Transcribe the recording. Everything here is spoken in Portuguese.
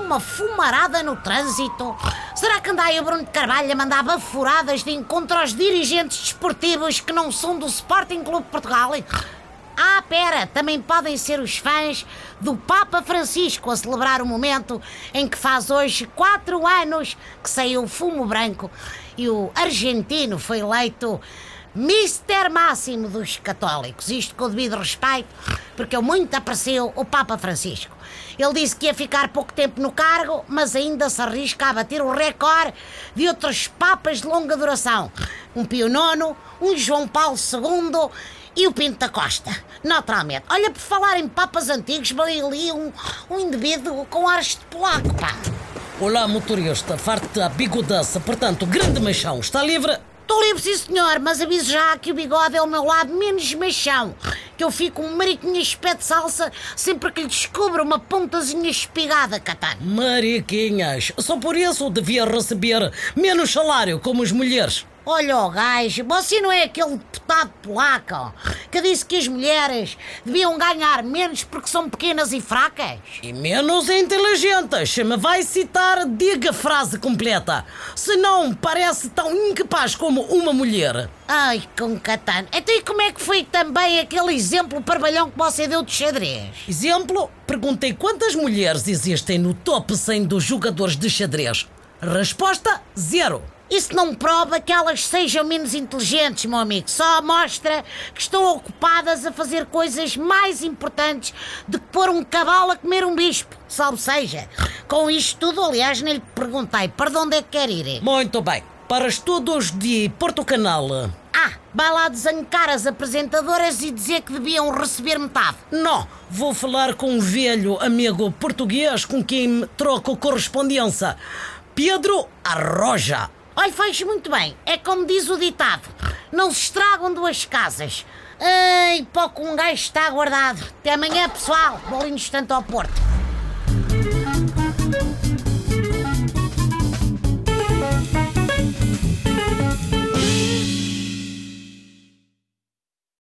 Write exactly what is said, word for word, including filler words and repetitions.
uma fumarada no trânsito? Será que anda aí o Bruno de Carvalho a mandar baforadas de encontro aos dirigentes desportivos que não são do Sporting Clube de Portugal? Ah, pera, também podem ser os fãs do Papa Francisco a celebrar o momento em que faz hoje quatro anos que saiu o fumo branco e o argentino foi eleito mister Máximo dos católicos. Isto com o devido respeito, porque eu muito aprecio o Papa Francisco. Ele disse que ia ficar pouco tempo no cargo, mas ainda se arrisca a bater o recorde de outros papas de longa duração. Um Pio nono, um João Paulo segundo e o Pinto da Costa, naturalmente. Olha, por falar em papas antigos, veio ali um, um indivíduo com ares de polaco, pá. Olá, motorista, farto a bigodaça, portanto, grande machão, está livre? Estou livre, sim senhor, mas aviso já que o bigode é o meu lado menos machão, que eu fico um mariquinhas de pé de salsa sempre que lhe descubro uma pontazinha espigada, Catano. Mariquinhas, só por isso devia receber menos salário como as mulheres. Olha o gajo, você não é aquele deputado polaco que disse que as mulheres deviam ganhar menos porque são pequenas e fracas? E menos inteligentes. Se me vai citar, diga a frase completa. Senão parece tão incapaz como uma mulher. Ai, com Catano. Então e como é que foi também aquele exemplo parvalhão que você deu de xadrez? Exemplo? Perguntei quantas mulheres existem no top cem dos jogadores de xadrez. Resposta, zero. Isso não prova que elas sejam menos inteligentes, meu amigo. Só mostra que estão ocupadas a fazer coisas mais importantes do que pôr um cavalo a comer um bispo. Salve seja. Com isto tudo, aliás, nem lhe perguntei para onde é que quer ir. Muito bem. Para estudos de Porto Canal. Ah, vai lá desancar as apresentadoras e dizer que deviam receber metade. Não, vou falar com um velho amigo português com quem troco correspondência. Pedro Arroja. Olha, faz muito bem. É como diz o ditado: não se estragam duas casas. Ai, pouco um gajo está guardado. Até amanhã, pessoal. Bolinhos tanto ao Porto.